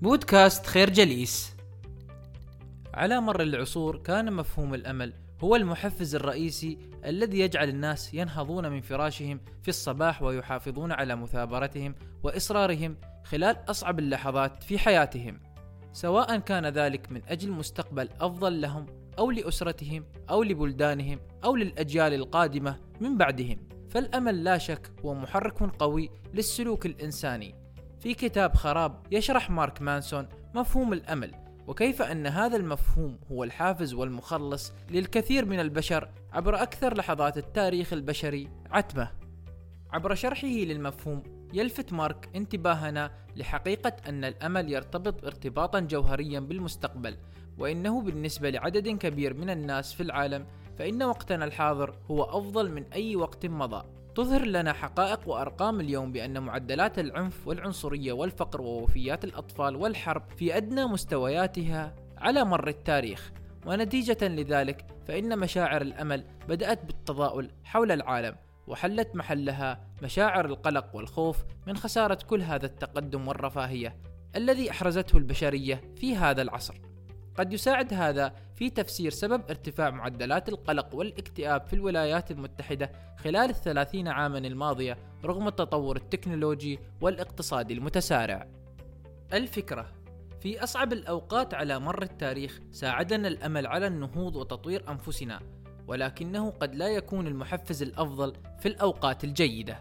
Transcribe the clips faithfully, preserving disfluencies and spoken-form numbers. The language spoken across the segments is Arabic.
بودكاست خير جليس. على مر العصور كان مفهوم الأمل هو المحفز الرئيسي الذي يجعل الناس ينهضون من فراشهم في الصباح ويحافظون على مثابرتهم وإصرارهم خلال أصعب اللحظات في حياتهم، سواء كان ذلك من أجل مستقبل أفضل لهم أو لأسرتهم أو لبلدانهم أو للأجيال القادمة من بعدهم. فالأمل لا شك هو محرك قوي للسلوك الإنساني. في كتاب خراب يشرح مارك مانسون مفهوم الأمل، وكيف أن هذا المفهوم هو الحافز والمخلص للكثير من البشر عبر أكثر لحظات التاريخ البشري عتمة. عبر شرحه للمفهوم يلفت مارك انتباهنا لحقيقة أن الأمل يرتبط ارتباطا جوهريا بالمستقبل، وإنه بالنسبة لعدد كبير من الناس في العالم فإن وقتنا الحاضر هو أفضل من أي وقت مضى. تظهر لنا حقائق وأرقام اليوم بأن معدلات العنف والعنصرية والفقر ووفيات الأطفال والحرب في أدنى مستوياتها على مر التاريخ، ونتيجة لذلك فإن مشاعر الأمل بدأت بالتضاؤل حول العالم، وحلت محلها مشاعر القلق والخوف من خسارة كل هذا التقدم والرفاهية الذي أحرزته البشرية في هذا العصر. قد يساعد هذا في تفسير سبب ارتفاع معدلات القلق والاكتئاب في الولايات المتحدة خلال الثلاثين عاما الماضية رغم التطور التكنولوجي والاقتصادي المتسارع. الفكرة: في أصعب الأوقات على مر التاريخ ساعدنا الأمل على النهوض وتطوير أنفسنا، ولكنه قد لا يكون المحفز الأفضل في الأوقات الجيدة.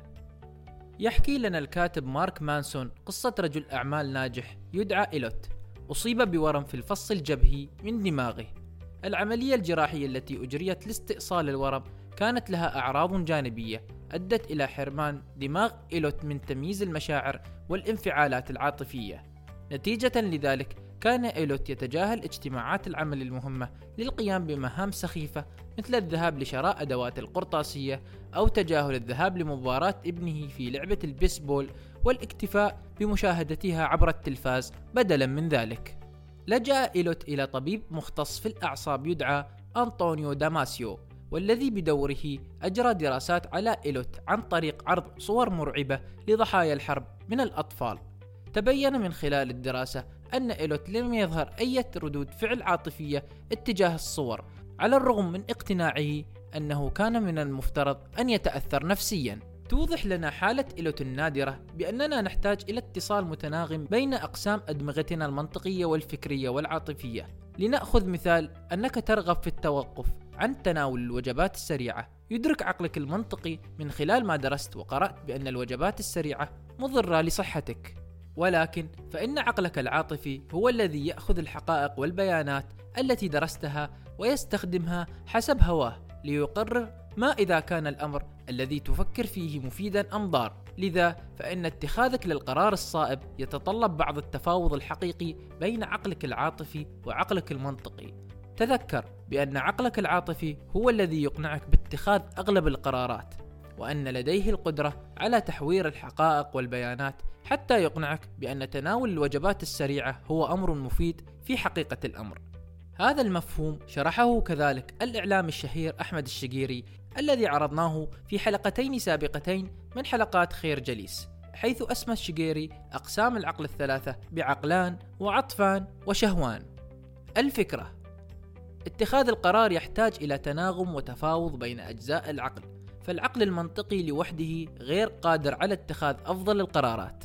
يحكي لنا الكاتب مارك مانسون قصة رجل أعمال ناجح يدعى إيلوت، أصيب بورم في الفص الجبهي من دماغه. العملية الجراحية التي أجريت لاستئصال الورم كانت لها أعراض جانبية أدت إلى حرمان دماغ إيلوت من تمييز المشاعر والانفعالات العاطفية. نتيجة لذلك كان إيلوت يتجاهل اجتماعات العمل المهمة للقيام بمهام سخيفة مثل الذهاب لشراء أدوات القرطاسية أو تجاهل الذهاب لمباراة ابنه في لعبة البيسبول والاكتفاء بمشاهدتها عبر التلفاز بدلا من ذلك. لجأ إيلوت إلى طبيب مختص في الأعصاب يدعى أنطونيو داماسيو، والذي بدوره أجرى دراسات على إيلوت عن طريق عرض صور مرعبة لضحايا الحرب من الأطفال. تبين من خلال الدراسة أن إيلوت لم يظهر أي ردود فعل عاطفية اتجاه الصور، على الرغم من اقتناعه أنه كان من المفترض أن يتأثر نفسيا. توضح لنا حالة إيلوت النادرة بأننا نحتاج إلى اتصال متناغم بين أقسام أدمغتنا المنطقية والفكرية والعاطفية. لنأخذ مثال: أنك ترغب في التوقف عن تناول الوجبات السريعة. يدرك عقلك المنطقي من خلال ما درست وقرأت بأن الوجبات السريعة مضرة لصحتك، ولكن فإن عقلك العاطفي هو الذي يأخذ الحقائق والبيانات التي درستها ويستخدمها حسب هواه ليقرر ما إذا كان الأمر الذي تفكر فيه مفيدا أم ضار. لذا فإن اتخاذك للقرار الصائب يتطلب بعض التفاوض الحقيقي بين عقلك العاطفي وعقلك المنطقي. تذكر بأن عقلك العاطفي هو الذي يقنعك باتخاذ أغلب القرارات، وأن لديه القدرة على تحوير الحقائق والبيانات حتى يقنعك بأن تناول الوجبات السريعة هو أمر مفيد في حقيقة الأمر. هذا المفهوم شرحه كذلك الإعلام الشهير أحمد الشقيري الذي عرضناه في حلقتين سابقتين من حلقات خير جليس، حيث أسمى الشقيري أقسام العقل الثلاثة بعقلان وعطفان وشهوان. الفكرة: اتخاذ القرار يحتاج إلى تناغم وتفاوض بين أجزاء العقل، فالعقل المنطقي لوحده غير قادر على اتخاذ أفضل القرارات.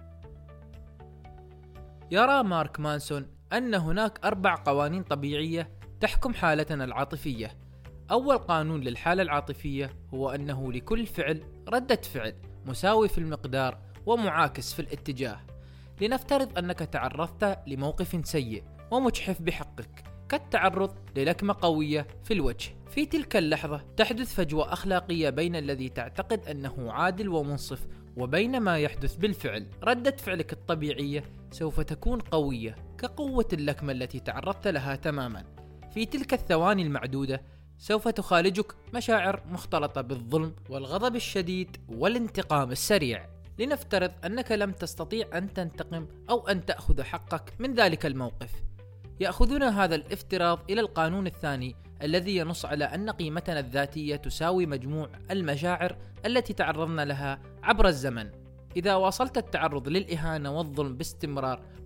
يرى مارك مانسون أن هناك أربع قوانين طبيعية تحكم حالتنا العاطفية. أول قانون للحالة العاطفية هو أنه لكل فعل ردة فعل مساوي في المقدار ومعاكس في الاتجاه. لنفترض أنك تعرضت لموقف سيء ومجحف بحقك، كالتعرض للكمة قوية في الوجه. في تلك اللحظة تحدث فجوة أخلاقية بين الذي تعتقد أنه عادل ومنصف وبين ما يحدث بالفعل. ردة فعلك الطبيعية سوف تكون قوية كقوة اللكمة التي تعرضت لها تماما. في تلك الثواني المعدودة سوف تخالجك مشاعر مختلطة بالظلم والغضب الشديد والانتقام السريع. لنفترض أنك لم تستطيع أن تنتقم أو أن تأخذ حقك من ذلك الموقف. يأخذنا هذا الافتراض إلى القانون الثاني الذي ينص على أن قيمتنا الذاتية تساوي مجموع المشاعر التي تعرضنا لها عبر الزمن. إذا واصلت التعرض للإهانة والظلم باستمرار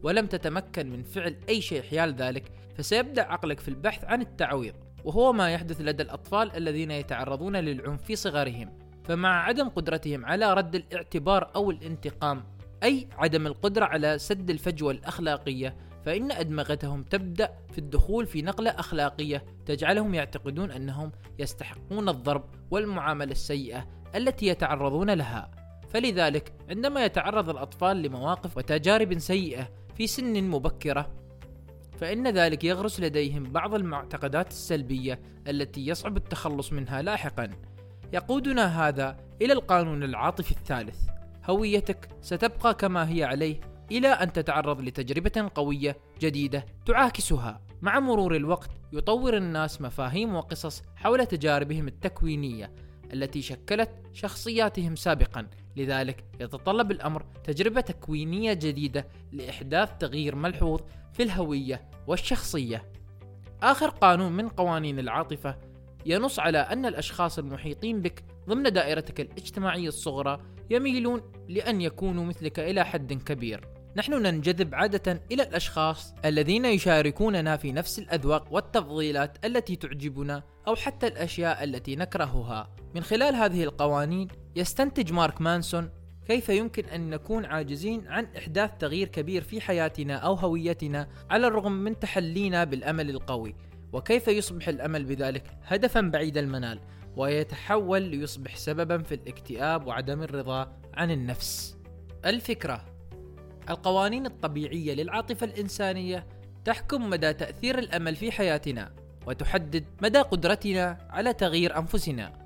ولم تتمكن من فعل أي شيء حيال ذلك، فسيبدأ عقلك في البحث عن التعويض، وهو ما يحدث لدى الأطفال الذين يتعرضون للعنف في صغرهم. فمع عدم قدرتهم على رد الاعتبار أو الانتقام، أي عدم القدرة على سد الفجوة الأخلاقية، فإن أدمغتهم تبدأ في الدخول في نقلة أخلاقية تجعلهم يعتقدون أنهم يستحقون الضرب والمعاملة السيئة التي يتعرضون لها. فلذلك عندما يتعرض الأطفال لمواقف وتجارب سيئة في سن مبكرة، فإن ذلك يغرس لديهم بعض المعتقدات السلبية التي يصعب التخلص منها لاحقا. يقودنا هذا إلى القانون العاطفي الثالث: هويتك ستبقى كما هي عليه إلى أن تتعرض لتجربة قوية جديدة تعاكسها. مع مرور الوقت يطور الناس مفاهيم وقصص حول تجاربهم التكوينية التي شكلت شخصياتهم سابقا، لذلك يتطلب الأمر تجربة تكوينية جديدة لإحداث تغيير ملحوظ في الهوية والشخصية. آخر قانون من قوانين العاطفة ينص على أن الأشخاص المحيطين بك ضمن دائرتك الاجتماعية الصغرى يميلون لأن يكونوا مثلك إلى حد كبير. نحن ننجذب عادة إلى الأشخاص الذين يشاركوننا في نفس الأذواق والتفضيلات التي تعجبنا، أو حتى الأشياء التي نكرهها. من خلال هذه القوانين يستنتج مارك مانسون كيف يمكن أن نكون عاجزين عن إحداث تغيير كبير في حياتنا أو هويتنا على الرغم من تحلينا بالأمل القوي، وكيف يصبح الأمل بذلك هدفا بعيد المنال ويتحول ليصبح سببا في الاكتئاب وعدم الرضا عن النفس. الفكرة: القوانين الطبيعية للعاطفة الإنسانية تحكم مدى تأثير الأمل في حياتنا وتحدد مدى قدرتنا على تغيير أنفسنا.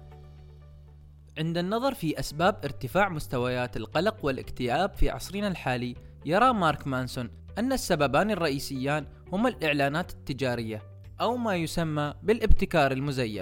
عند النظر في أسباب ارتفاع مستويات القلق والاكتئاب في عصرنا الحالي، يرى مارك مانسون أن السببان الرئيسيان هما الإعلانات التجارية أو ما يسمى بالابتكار المزيف.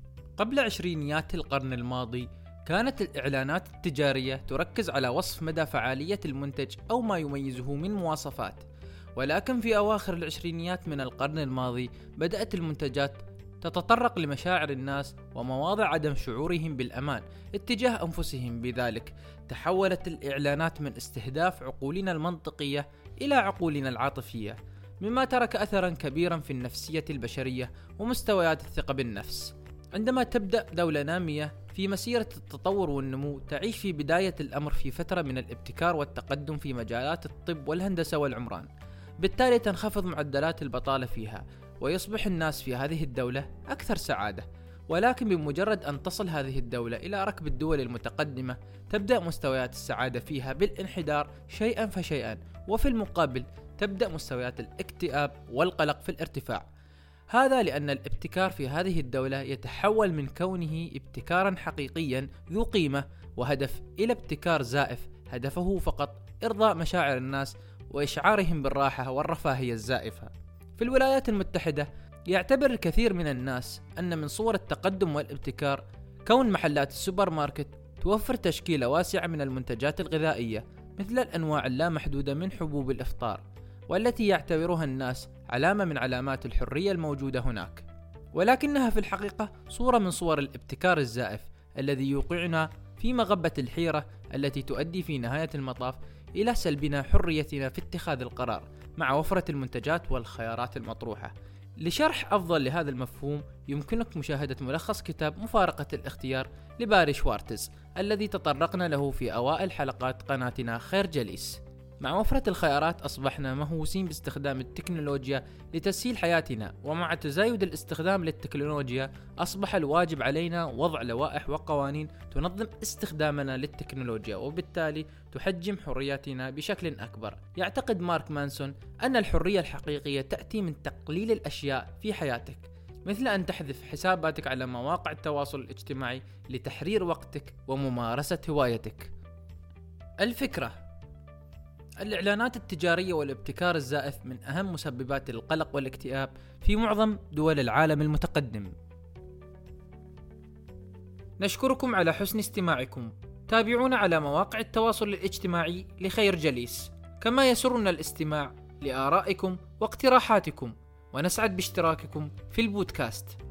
قبل عشرينيات القرن الماضي كانت الإعلانات التجارية تركز على وصف مدى فعالية المنتج أو ما يميزه من مواصفات، ولكن في أواخر العشرينيات من القرن الماضي بدأت المنتجات تتطرق لمشاعر الناس ومواضع عدم شعورهم بالأمان اتجاه أنفسهم. بذلك تحولت الإعلانات من استهداف عقولنا المنطقية إلى عقولنا العاطفية، مما ترك أثرا كبيرا في النفسية البشرية ومستويات الثقة بالنفس. عندما تبدأ دولة نامية في مسيرة التطور والنمو تعيش في بداية الأمر في فترة من الابتكار والتقدم في مجالات الطب والهندسة والعمران، بالتالي تنخفض معدلات البطالة فيها ويصبح الناس في هذه الدولة أكثر سعادة. ولكن بمجرد أن تصل هذه الدولة إلى ركب الدول المتقدمة تبدأ مستويات السعادة فيها بالانحدار شيئا فشيئا، وفي المقابل تبدأ مستويات الاكتئاب والقلق في الارتفاع. هذا لأن الابتكار في هذه الدولة يتحول من كونه ابتكارا حقيقيا ذو قيمة وهدف إلى ابتكار زائف هدفه فقط إرضاء مشاعر الناس وإشعارهم بالراحة والرفاهية الزائفة. في الولايات المتحدة يعتبر الكثير من الناس أن من صور التقدم والابتكار كون محلات السوبر ماركت توفر تشكيلة واسعة من المنتجات الغذائية مثل الأنواع اللامحدودة من حبوب الإفطار، والتي يعتبرها الناس علامة من علامات الحرية الموجودة هناك، ولكنها في الحقيقة صورة من صور الابتكار الزائف الذي يوقعنا في مغبة الحيرة التي تؤدي في نهاية المطاف إلى سلبنا حريتنا في اتخاذ القرار مع وفرة المنتجات والخيارات المطروحة. لشرح أفضل لهذا المفهوم يمكنك مشاهدة ملخص كتاب مفارقة الاختيار لباري شوارتز الذي تطرقنا له في أوائل حلقات قناتنا خير جليس. مع وفرة الخيارات أصبحنا مهووسين باستخدام التكنولوجيا لتسهيل حياتنا، ومع تزايد الاستخدام للتكنولوجيا أصبح الواجب علينا وضع لوائح وقوانين تنظم استخدامنا للتكنولوجيا وبالتالي تحجم حرياتنا بشكل أكبر. يعتقد مارك مانسون أن الحرية الحقيقية تأتي من تقليل الأشياء في حياتك، مثل أن تحذف حساباتك على مواقع التواصل الاجتماعي لتحرير وقتك وممارسة هوايتك. الفكرة: الإعلانات التجارية والابتكار الزائف من أهم مسببات القلق والاكتئاب في معظم دول العالم المتقدم. نشكركم على حسن استماعكم. تابعونا على مواقع التواصل الاجتماعي لخير جليس، كما يسرنا الاستماع لآرائكم واقتراحاتكم، ونسعد باشتراككم في البودكاست.